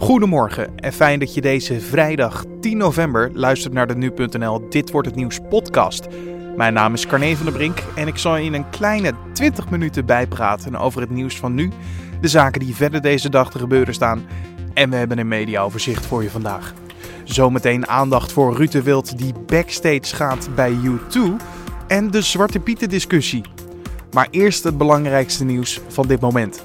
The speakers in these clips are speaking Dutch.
Goedemorgen en fijn dat je deze vrijdag 10 november luistert naar de Nu.nl Dit Wordt Het Nieuws podcast. Mijn naam is Carne van der Brink en ik zal je in een kleine 20 minuten bijpraten over het nieuws van nu, de zaken die verder deze dag te gebeuren staan en we hebben een mediaoverzicht voor je vandaag. Zometeen aandacht voor Ruud de Wild die backstage gaat bij U2 en de Zwarte Pieten discussie. Maar eerst het belangrijkste nieuws van dit moment.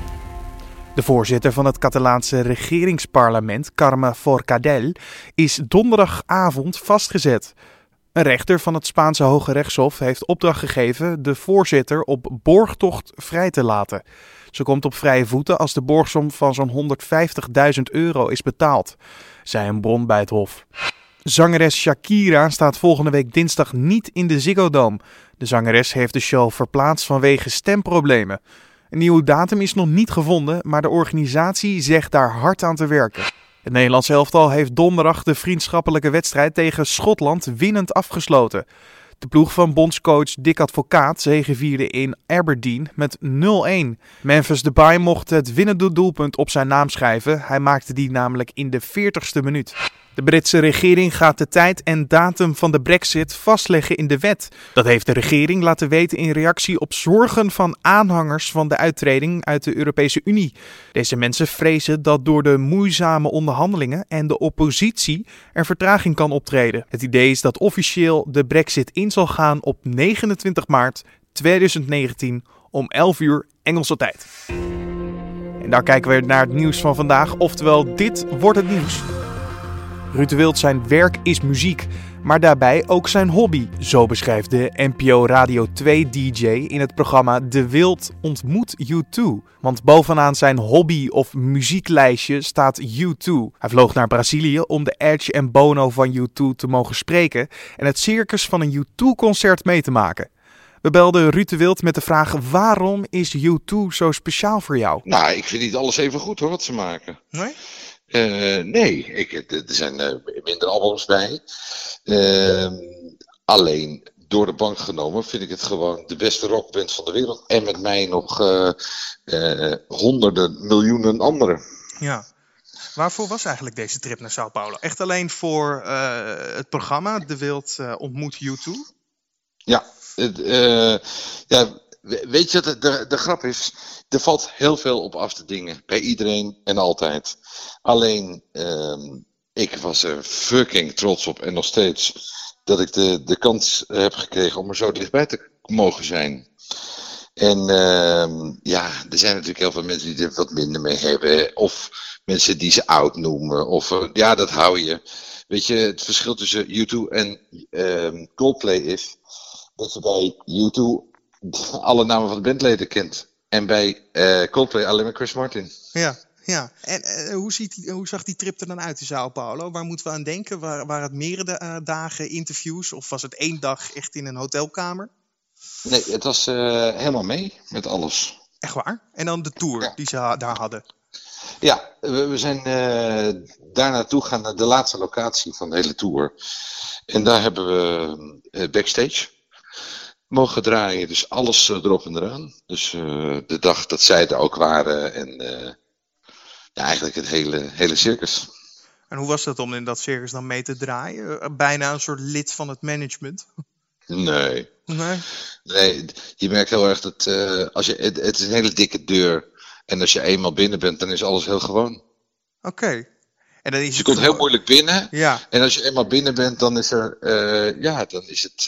De voorzitter van het Catalaanse regeringsparlement, Carme Forcadell, is donderdagavond vastgezet. Een rechter van het Spaanse Hoge Rechtshof heeft opdracht gegeven de voorzitter op borgtocht vrij te laten. Ze komt op vrije voeten als de borgsom van zo'n €150.000 is betaald, zei een bron bij het hof. Zangeres Shakira staat volgende week dinsdag niet in de Ziggo Dome. De zangeres heeft de show verplaatst vanwege stemproblemen. Een nieuwe datum is nog niet gevonden, maar de organisatie zegt daar hard aan te werken. Het Nederlands elftal heeft donderdag de vriendschappelijke wedstrijd tegen Schotland winnend afgesloten. De ploeg van bondscoach Dick Advocaat zegevierde in Aberdeen met 0-1. Memphis Depay mocht het winnende doelpunt op zijn naam schrijven. Hij maakte die namelijk in de 40ste minuut. De Britse regering gaat de tijd en datum van de Brexit vastleggen in de wet. Dat heeft de regering laten weten in reactie op zorgen van aanhangers van de uittreding uit de Europese Unie. Deze mensen vrezen dat door de moeizame onderhandelingen en de oppositie er vertraging kan optreden. Het idee is dat officieel de Brexit in zal gaan op 29 maart 2019 om 11 uur Engelse tijd. En daar kijken we naar het nieuws van vandaag, oftewel dit wordt het nieuws. Ruud de Wild zijn werk is muziek, maar daarbij ook zijn hobby. Zo beschrijft de NPO Radio 2 DJ in het programma De Wild ontmoet U2. Want bovenaan zijn hobby- of muzieklijstje staat U2. Hij vloog naar Brazilië om de Edge en Bono van U2 te mogen spreken en het circus van een U2-concert mee te maken. We belden Ruud de Wild met de vraag: waarom is U2 zo speciaal voor jou? Nou, ik vind niet alles even goed hoor, wat ze maken. Nee? Nee, er zijn minder albums bij. Alleen, door de bank genomen vind ik het gewoon de beste rockband van de wereld. En met mij nog honderden, miljoenen anderen. Ja. Waarvoor was eigenlijk deze trip naar Sao Paulo? Echt alleen voor het programma De Wild ontmoet U2? Ja, weet je, de grap is, er valt heel veel op af te dingen. Bij iedereen en altijd. Alleen, ik was er fucking trots op en nog steeds dat ik de kans heb gekregen om er zo dichtbij te mogen zijn. En er zijn natuurlijk heel veel mensen die er wat minder mee hebben. Of mensen die ze oud noemen. Of dat hou je. Weet je, het verschil tussen U2 en Coldplay is dat je bij U2 alle namen van de bandleden kent. En bij Coldplay alleen maar Chris Martin. Ja. En hoe zag die trip er dan uit in Sao Paulo? Waar moeten we aan denken? Waren het meerdere dagen interviews? Of was het 1 dag echt in een hotelkamer? Nee, het was helemaal mee met alles. Echt waar? En dan de tour die ze daar hadden? Ja, we zijn daar naartoe gegaan naar de laatste locatie van de hele tour. En daar hebben we backstage mogen draaien. Dus alles erop en eraan. Dus de dag dat zij er ook waren en eigenlijk het hele circus. En hoe was dat om in dat circus dan mee te draaien? Bijna een soort lid van het management? Nee, je merkt heel erg dat het is een hele dikke deur. En als je eenmaal binnen bent, dan is alles heel gewoon. Oké. En dan is dus je komt heel moeilijk binnen. Ja. En als je eenmaal binnen bent, dan is er, dan is het...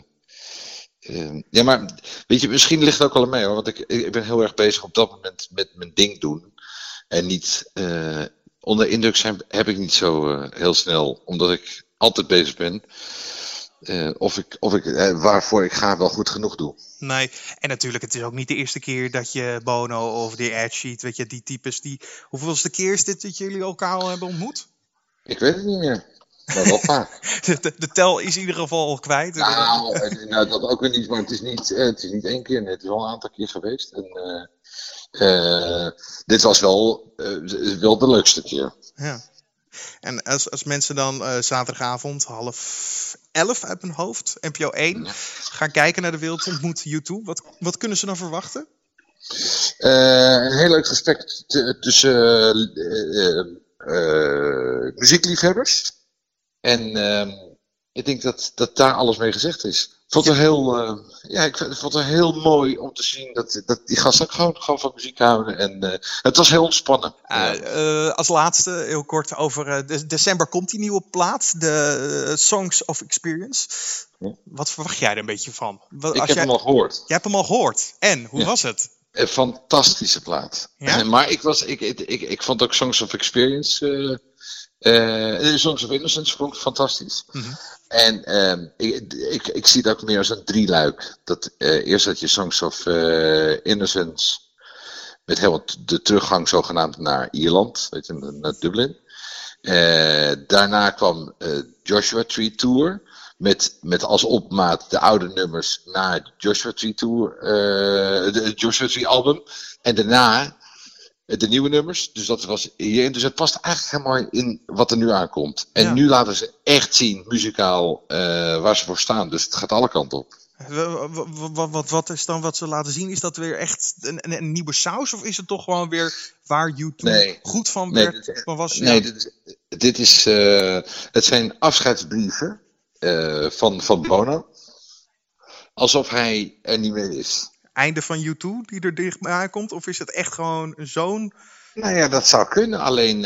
maar weet je, misschien ligt het ook wel aan mij hoor. Want ik ben heel erg bezig op dat moment met mijn ding doen. En niet onder indruk zijn heb ik niet zo heel snel. Omdat ik altijd bezig ben. Of ik waarvoor ik ga wel goed genoeg doe. Nee, en natuurlijk, het is ook niet de eerste keer dat je Bono of de Edge ziet. Weet je, die types hoeveelste keer is dit dat jullie elkaar al hebben ontmoet? Ik weet het niet meer. Maar wel vaak. de tel is in ieder geval al kwijt. Nou, dat ook weer niet. Maar het is niet 1 keer. Nee, het is wel een aantal keer geweest. En dit was wel de leukste keer. Ja. En als mensen dan zaterdagavond 10:30 uit mijn hoofd, NPO 1, gaan kijken naar De Wild ontmoet U2, wat kunnen ze dan verwachten? Een heel leuk gesprek tussen muziekliefhebbers. En ik denk dat daar alles mee gezegd is. Ik vond het heel mooi om te zien dat die gasten ook gewoon van muziek houden. En het was heel ontspannen. Als laatste, heel kort over december komt die nieuwe plaat, de Songs of Experience. Ja. Wat verwacht jij er een beetje van? Ik heb hem al gehoord. Jij hebt hem al gehoord. En, hoe was het? Een fantastische plaat. Ja? Maar ik vond ook Songs of Experience... Songs of Innocence vond ik fantastisch. Mm-hmm. En ik zie het ook meer als een drieluik. Eerst had je Songs of Innocence met helemaal de teruggang zogenaamd naar Ierland, weet je, naar Dublin. Daarna kwam Joshua Tree Tour met als opmaat de oude nummers naar Joshua Tree Tour, de Joshua Tree album. En daarna de nieuwe nummers. Dus dat was hierin. Dus het past eigenlijk helemaal in wat er nu aankomt. En nu laten ze echt zien, muzikaal, waar ze voor staan. Dus het gaat alle kanten op. Wat is dan wat ze laten zien? Is dat weer echt een nieuwe saus? Of is het toch gewoon weer waar YouTube goed van werd? Het zijn afscheidsbrieven van Bono. Alsof hij er niet meer is. Einde van U2 die er dichtbij komt? Of is het echt gewoon zo'n... Nou ja, dat zou kunnen. Alleen,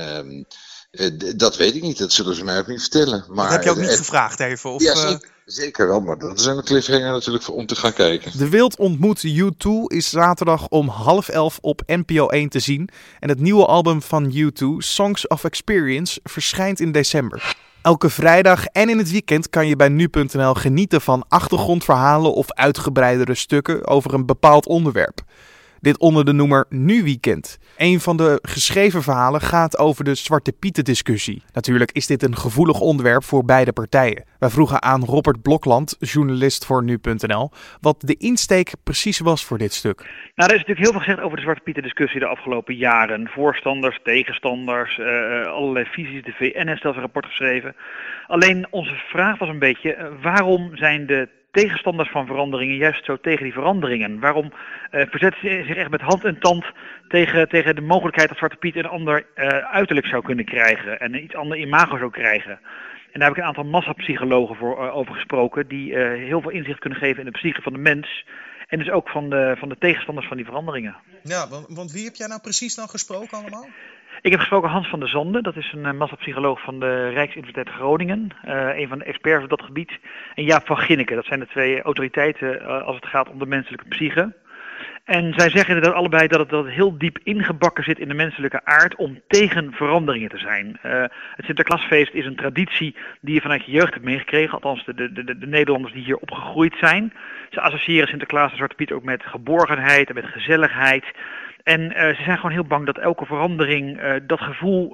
dat weet ik niet. Dat zullen ze mij ook niet vertellen. Maar, dat heb je ook niet gevraagd even? Of, ja, zeker wel. Maar dat is een cliffhanger natuurlijk om te gaan kijken. De Wild ontmoet U2 is zaterdag om 10:30 op NPO 1 te zien. En het nieuwe album van U2, Songs of Experience, verschijnt in december. Elke vrijdag en in het weekend kan je bij nu.nl genieten van achtergrondverhalen of uitgebreidere stukken over een bepaald onderwerp. Dit onder de noemer Nu Weekend. Een van de geschreven verhalen gaat over de Zwarte Pieten discussie. Natuurlijk is dit een gevoelig onderwerp voor beide partijen. Wij vroegen aan Robert Blokland, journalist voor nu.nl, wat de insteek precies was voor dit stuk. Nou, er is natuurlijk heel veel gezegd over de Zwarte Pieten discussie de afgelopen jaren. Voorstanders, tegenstanders, allerlei visies. De VN heeft zelfs een rapport geschreven. Alleen onze vraag was een beetje, waarom zijn de tegenstanders van veranderingen juist zo tegen die veranderingen? Waarom verzetten ze zich echt met hand en tand tegen de mogelijkheid dat Zwarte Piet een ander uiterlijk zou kunnen krijgen en een iets ander imago zou krijgen? En daar heb ik een aantal massapsychologen over gesproken die heel veel inzicht kunnen geven in de psyche van de mens en dus ook van de tegenstanders van die veranderingen. Ja, want wie heb jij nou precies dan gesproken allemaal? Ik heb gesproken Hans van der Zanden, dat is een massapsycholoog van de Rijksuniversiteit Groningen, een van de experts op dat gebied. En Jaap van Ginneken, dat zijn de twee autoriteiten als het gaat om de menselijke psyche. En zij zeggen inderdaad allebei dat het heel diep ingebakken zit in de menselijke aard om tegen veranderingen te zijn. Het Sinterklaasfeest is een traditie die je vanuit je jeugd hebt meegekregen, althans de Nederlanders die hier opgegroeid zijn. Ze associëren Sinterklaas en Zwarte Piet ook met geborgenheid en met gezelligheid. En ze zijn gewoon heel bang dat elke verandering dat gevoel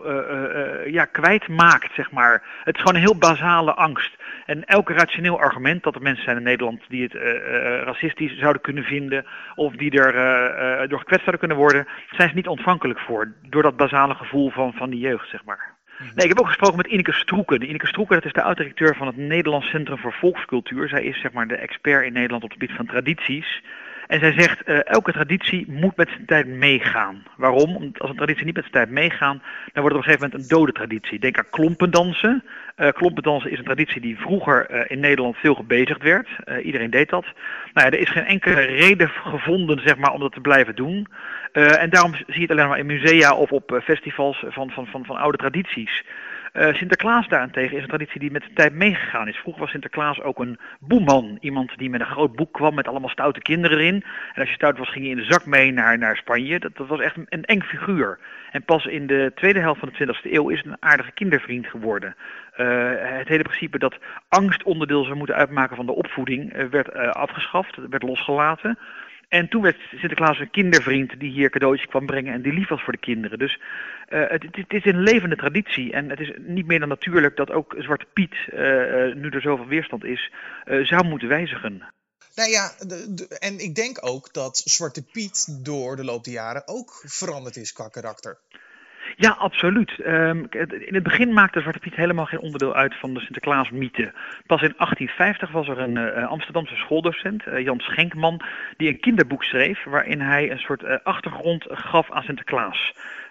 kwijtmaakt, zeg maar. Het is gewoon een heel basale angst. En elke rationeel argument dat er mensen zijn in Nederland die het racistisch zouden kunnen vinden of die er door gekwetst zouden kunnen worden, zijn ze niet ontvankelijk voor. Door dat basale gevoel van die jeugd, zeg maar. Nee, ik heb ook gesproken met Ineke Stroeken. Ineke Stroeken, dat is de oud-directeur van het Nederlands Centrum voor Volkscultuur. Zij is zeg maar de expert in Nederland op het gebied van tradities. En zij zegt, elke traditie moet met zijn tijd meegaan. Waarom? Omdat als een traditie niet met zijn tijd meegaan, dan wordt het op een gegeven moment een dode traditie. Denk aan klompendansen. Klompendansen is een traditie die vroeger in Nederland veel gebezigd werd. Iedereen deed dat. Nou ja, er is geen enkele reden gevonden, zeg maar, om dat te blijven doen. En daarom zie je het alleen maar in musea of op festivals van oude tradities. Sinterklaas daarentegen is een traditie die met de tijd meegegaan is. Vroeger was Sinterklaas ook een boeman. Iemand die met een groot boek kwam met allemaal stoute kinderen erin. En als je stout was ging je in de zak mee naar Spanje. Dat was echt een eng figuur. En pas in de tweede helft van de 20e eeuw is het een aardige kindervriend geworden. Het hele principe dat angst onderdeel zou moeten uitmaken van de opvoeding werd afgeschaft, werd losgelaten. En toen werd Sinterklaas een kindervriend die hier cadeautjes kwam brengen en die lief was voor de kinderen. Dus het is een levende traditie en het is niet meer dan natuurlijk dat ook Zwarte Piet, nu er zoveel weerstand is, zou moeten wijzigen. Nou ja, en ik denk ook dat Zwarte Piet door de loop der jaren ook veranderd is qua karakter. Ja, absoluut. In het begin maakte Zwarte Piet helemaal geen onderdeel uit van de Sinterklaas-mythe. Pas in 1850 was er een Amsterdamse schooldocent, Jan Schenkman, die een kinderboek schreef waarin hij een soort achtergrond gaf aan Sinterklaas.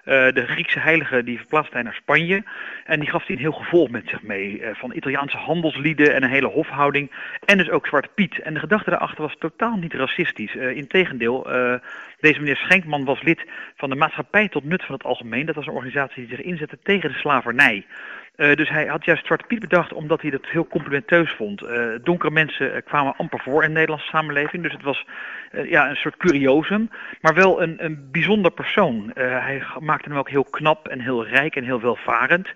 De Griekse heilige die verplaatste hij naar Spanje. En die gaf hij een heel gevolg met zich mee. Van Italiaanse handelslieden en een hele hofhouding. En dus ook Zwarte Piet. En de gedachte daarachter was totaal niet racistisch. Integendeel, deze meneer Schenkman was lid van de Maatschappij tot Nut van het Algemeen. Dat was een organisatie die zich inzette tegen de slavernij. Dus hij had juist Zwarte Piet bedacht omdat hij dat heel complimenteus vond. Donkere mensen kwamen amper voor in de Nederlandse samenleving. Dus het was een soort curiosum, maar wel een bijzonder persoon. Hij maakte hem ook heel knap en heel rijk en heel welvarend.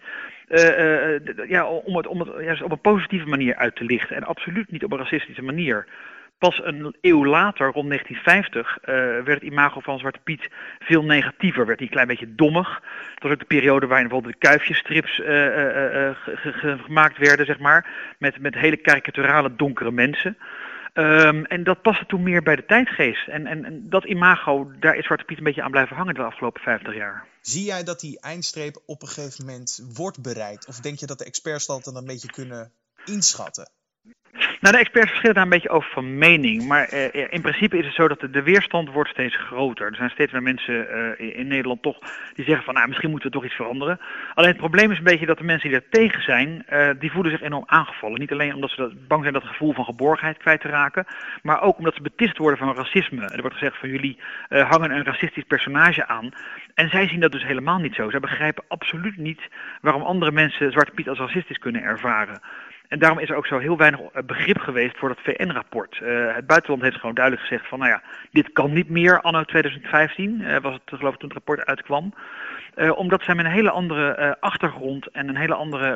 Om het juist op een positieve manier uit te lichten en absoluut niet op een racistische manier. Pas een eeuw later, rond 1950, werd het imago van Zwarte Piet veel negatiever. Werd hij een klein beetje dommig. Dat was ook de periode waarin bijvoorbeeld de kuifjesstrips gemaakt werden, zeg maar. Met hele karikaturale donkere mensen. En dat paste toen meer bij de tijdgeest. En dat imago, daar is Zwarte Piet een beetje aan blijven hangen de afgelopen 50 jaar. Zie jij dat die eindstreep op een gegeven moment wordt bereikt? Of denk je dat de experts dat dan een beetje kunnen inschatten? Nou, de experts verschillen daar een beetje over van mening, maar in principe is het zo dat de weerstand wordt steeds groter. Er zijn steeds meer mensen in Nederland toch die zeggen van, misschien moeten we toch iets veranderen. Alleen het probleem is een beetje dat de mensen die er tegen zijn, die voelen zich enorm aangevallen. Niet alleen omdat ze bang zijn dat gevoel van geborgenheid kwijt te raken, maar ook omdat ze beticht worden van racisme. Er wordt gezegd van, jullie hangen een racistisch personage aan. En zij zien dat dus helemaal niet zo. Zij begrijpen absoluut niet waarom andere mensen Zwarte Piet als racistisch kunnen ervaren. En daarom is er ook zo heel weinig begrip geweest voor dat VN-rapport. Het buitenland heeft gewoon duidelijk gezegd van, dit kan niet meer anno 2015, was het geloof ik toen het rapport uitkwam. Omdat zij met een hele andere achtergrond en een hele andere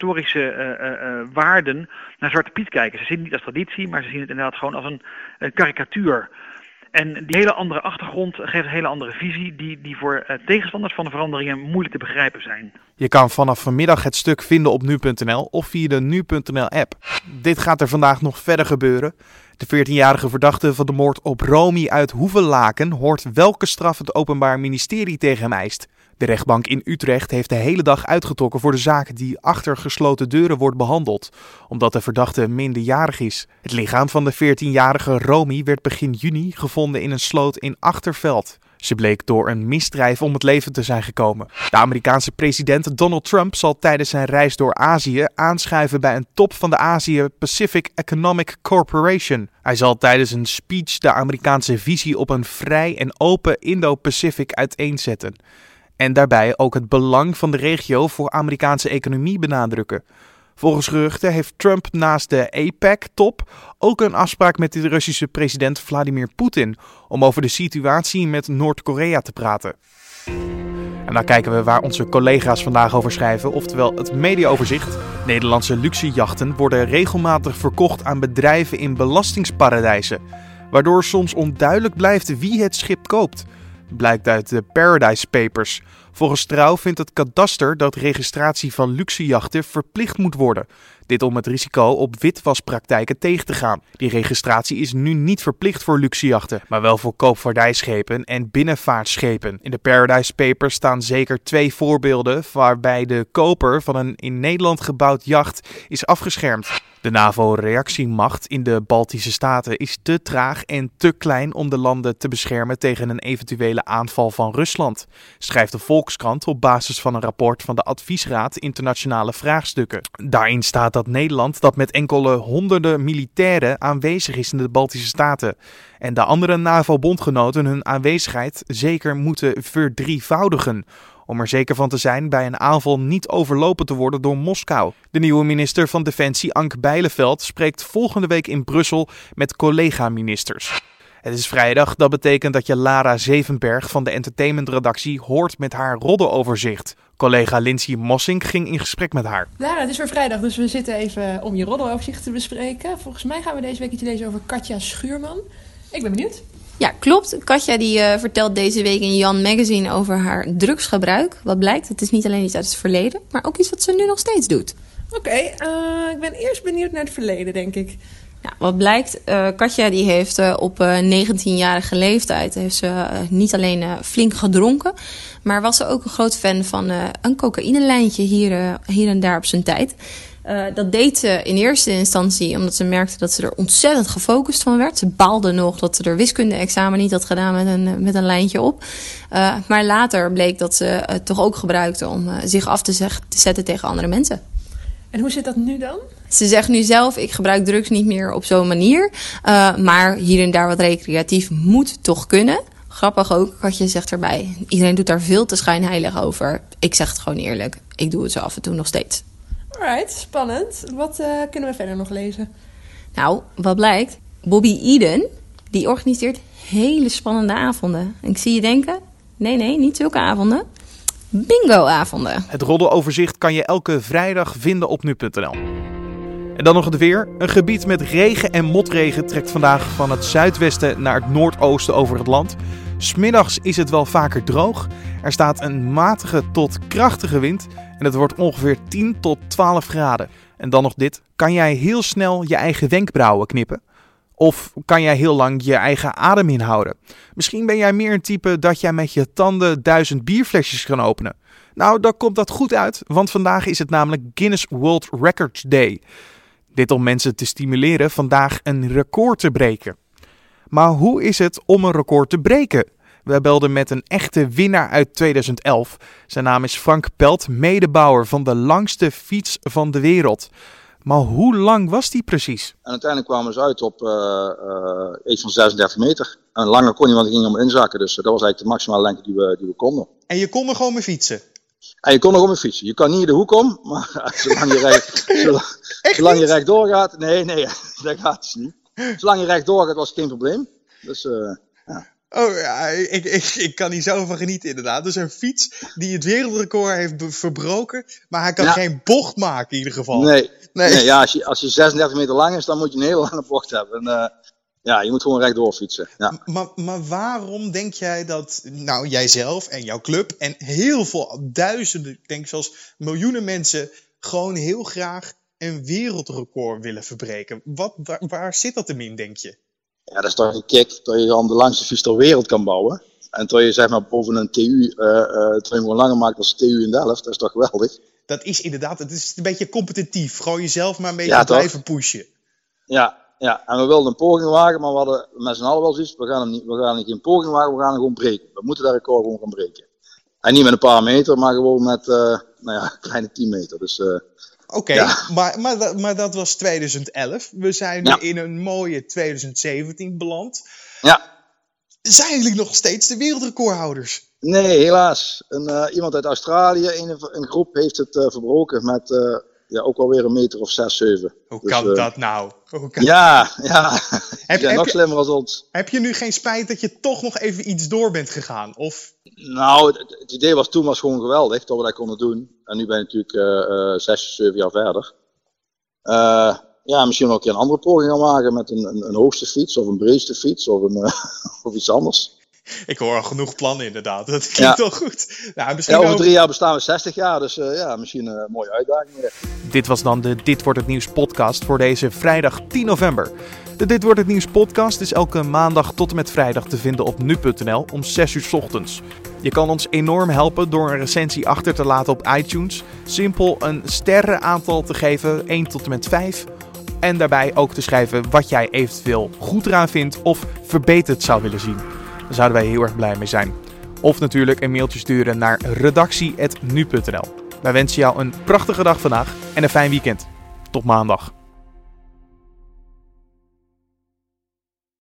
historische waarden naar Zwarte Piet kijken. Ze zien het niet als traditie, maar ze zien het inderdaad gewoon als een karikatuur. En die hele andere achtergrond geeft een hele andere visie die voor tegenstanders van de veranderingen moeilijk te begrijpen zijn. Je kan vanaf vanmiddag het stuk vinden op nu.nl of via de nu.nl-app. Dit gaat er vandaag nog verder gebeuren. De 14-jarige verdachte van de moord op Romy uit Hoevelaken hoort welke straf het Openbaar Ministerie tegen hem eist. De rechtbank in Utrecht heeft de hele dag uitgetrokken voor de zaak die achter gesloten deuren wordt behandeld, omdat de verdachte minderjarig is. Het lichaam van de 14-jarige Romy werd begin juni gevonden in een sloot in Achterveld. Ze bleek door een misdrijf om het leven te zijn gekomen. De Amerikaanse president Donald Trump zal tijdens zijn reis door Azië aanschuiven bij een top van de Asia-Pacific Economic Corporation. Hij zal tijdens een speech de Amerikaanse visie op een vrij en open Indo-Pacific uiteenzetten. En daarbij ook het belang van de regio voor Amerikaanse economie benadrukken. Volgens geruchten heeft Trump naast de APEC-top ook een afspraak met de Russische president Vladimir Poetin om over de situatie met Noord-Korea te praten. En dan kijken we waar onze collega's vandaag over schrijven, oftewel het mediaoverzicht. Nederlandse luxejachten worden regelmatig verkocht aan bedrijven in belastingsparadijzen, waardoor soms onduidelijk blijft wie het schip koopt. Blijkt uit de Paradise Papers. Volgens Trouw vindt het kadaster dat registratie van luxejachten verplicht moet worden. Dit om het risico op witwaspraktijken tegen te gaan. Die registratie is nu niet verplicht voor luxejachten, maar wel voor koopvaardijschepen en binnenvaartschepen. In de Paradise Papers staan zeker 2 voorbeelden waarbij de koper van een in Nederland gebouwd jacht is afgeschermd. De NAVO-reactiemacht in de Baltische Staten is te traag en te klein om de landen te beschermen tegen een eventuele aanval van Rusland, schrijft de Volkskrant op basis van een rapport van de Adviesraad Internationale Vraagstukken. Daarin staat dat Nederland, dat met enkele honderden militairen aanwezig is in de Baltische Staten, en de andere NAVO-bondgenoten hun aanwezigheid zeker moeten verdrievoudigen, om er zeker van te zijn bij een aanval niet overlopen te worden door Moskou. De nieuwe minister van Defensie, Ank Bijleveld, spreekt volgende week in Brussel met collega-ministers. Het is vrijdag, dat betekent dat je Lara Zevenberg van de entertainmentredactie hoort met haar roddeloverzicht. Collega Lindsay Mossink ging in gesprek met haar. Lara, het is weer vrijdag, dus we zitten even om je roddeloverzicht te bespreken. Volgens mij gaan we deze week iets lezen over Katja Schuurman. Ik ben benieuwd. Ja, klopt. Katja die vertelt deze week in Jan Magazine over haar drugsgebruik. Wat blijkt, het is niet alleen iets uit het verleden, maar ook iets wat ze nu nog steeds doet. Oké, ik ben eerst benieuwd naar het verleden, denk ik. Ja, wat blijkt, Katja die heeft op 19-jarige leeftijd heeft ze niet alleen flink gedronken, maar was ze ook een groot fan van een cocaïnelijntje hier en daar op zijn tijd. Dat deed ze in eerste instantie omdat ze merkte dat ze er ontzettend gefocust van werd. Ze baalde nog dat ze er wiskunde-examen niet had gedaan met een lijntje op. Maar later bleek dat ze het toch ook gebruikte om zich af te zetten tegen andere mensen. En hoe zit dat nu dan? Ze zegt nu zelf, ik gebruik drugs niet meer op zo'n manier. Maar hier en daar wat recreatief moet toch kunnen. Grappig ook, Katja zegt erbij. Iedereen doet daar veel te schijnheilig over. Ik zeg het gewoon eerlijk. Ik doe het zo af en toe nog steeds. Alright, spannend. Wat kunnen we verder nog lezen? Nou, wat blijkt? Bobby Eden, die organiseert hele spannende avonden. En ik zie je denken, nee, niet zulke avonden. Bingo-avonden. Het roddeloverzicht kan je elke vrijdag vinden op nu.nl. En dan nog het weer. Een gebied met regen en motregen trekt vandaag van het zuidwesten naar het noordoosten over het land. 'S Middags is het wel vaker droog. Er staat een matige tot krachtige wind en het wordt ongeveer 10 tot 12 graden. En dan nog dit. Kan jij heel snel je eigen wenkbrauwen knippen? Of kan jij heel lang je eigen adem inhouden? Misschien ben jij meer een type dat jij met je tanden 1000 bierflesjes kan openen. Nou, dan komt dat goed uit, want vandaag is het namelijk Guinness World Records Day. Dit om mensen te stimuleren vandaag een record te breken. Maar hoe is het om een record te breken? We belden met een echte winnaar uit 2011. Zijn naam is Frank Pelt, medebouwer van de langste fiets van de wereld. Maar hoe lang was die precies? En uiteindelijk kwamen we uit op iets van 36 meter. En langer kon niet, want ik ging om inzakken. Dus dat was eigenlijk de maximale lengte die we konden. En je kon er gewoon mee fietsen? En je kon er gewoon mee fietsen. Je kan niet in de hoek om, maar zolang je rechtdoor gaat... Nee, dat gaat dus niet. Zolang je rechtdoor gaat was het geen probleem. Dus ja. Oh ja, ik kan hier zo van genieten inderdaad. Dus een fiets die het wereldrecord heeft verbroken, maar hij kan geen bocht maken in ieder geval. Nee, ja, als je 36 meter lang is, dan moet je een hele lange bocht hebben. En, ja, je moet gewoon rechtdoor fietsen. Ja. Maar waarom denk jij dat, nou, jijzelf en jouw club en heel veel duizenden, ik denk zelfs miljoenen mensen, gewoon heel graag een wereldrecord willen verbreken? Waar zit dat hem in, denk je? Ja, dat is toch een kick dat je dan de langste fiets ter wereld kan bouwen. En dat je zeg maar boven een TU, dat je hem gewoon langer maakt als de TU in Delft. Dat is toch geweldig? Dat is inderdaad, het is een beetje competitief. Gewoon jezelf maar een beetje blijven pushen. Ja, en we wilden een poging wagen, maar we hadden met z'n allen wel zoiets. We gaan niet een poging wagen, we gaan hem gewoon breken. We moeten dat record gewoon gaan breken. En niet met een paar meter, maar gewoon met kleine 10 meter. Dus... Oké, maar dat was 2011. We zijn nu in een mooie 2017 beland. Ja. Zijn jullie nog steeds de wereldrecordhouders? Nee, helaas. Iemand uit Australië, een groep, heeft het verbroken met ook alweer een meter of 6, 7. Hoe kan dat nou? Ja. Nog slimmer als ons. Heb je nu geen spijt dat je toch nog even iets door bent gegaan? Of... Nou, het idee was toen gewoon geweldig dat we dat konden doen. En nu ben ik natuurlijk 6, 7 jaar verder. Misschien ook een andere poging gaan maken met een hoogste fiets of een breedste fiets of iets anders. Ik hoor al genoeg plannen inderdaad, dat klinkt wel goed. Nou, over 3 jaar bestaan we 60 jaar, dus misschien een mooie uitdaging. Dit was dan de Dit Wordt Het Nieuws podcast voor deze vrijdag 10 november. De Dit Wordt Het Nieuws podcast is elke maandag tot en met vrijdag te vinden op nu.nl om 6 uur 's ochtends. Je kan ons enorm helpen door een recensie achter te laten op iTunes. Simpel een sterrenaantal te geven, 1 tot en met 5. En daarbij ook te schrijven wat jij eventueel goed eraan vindt of verbeterd zou willen zien. Daar zouden wij heel erg blij mee zijn. Of natuurlijk een mailtje sturen naar redactie@nu.nl. Wij wensen jou een prachtige dag vandaag en een fijn weekend. Tot maandag.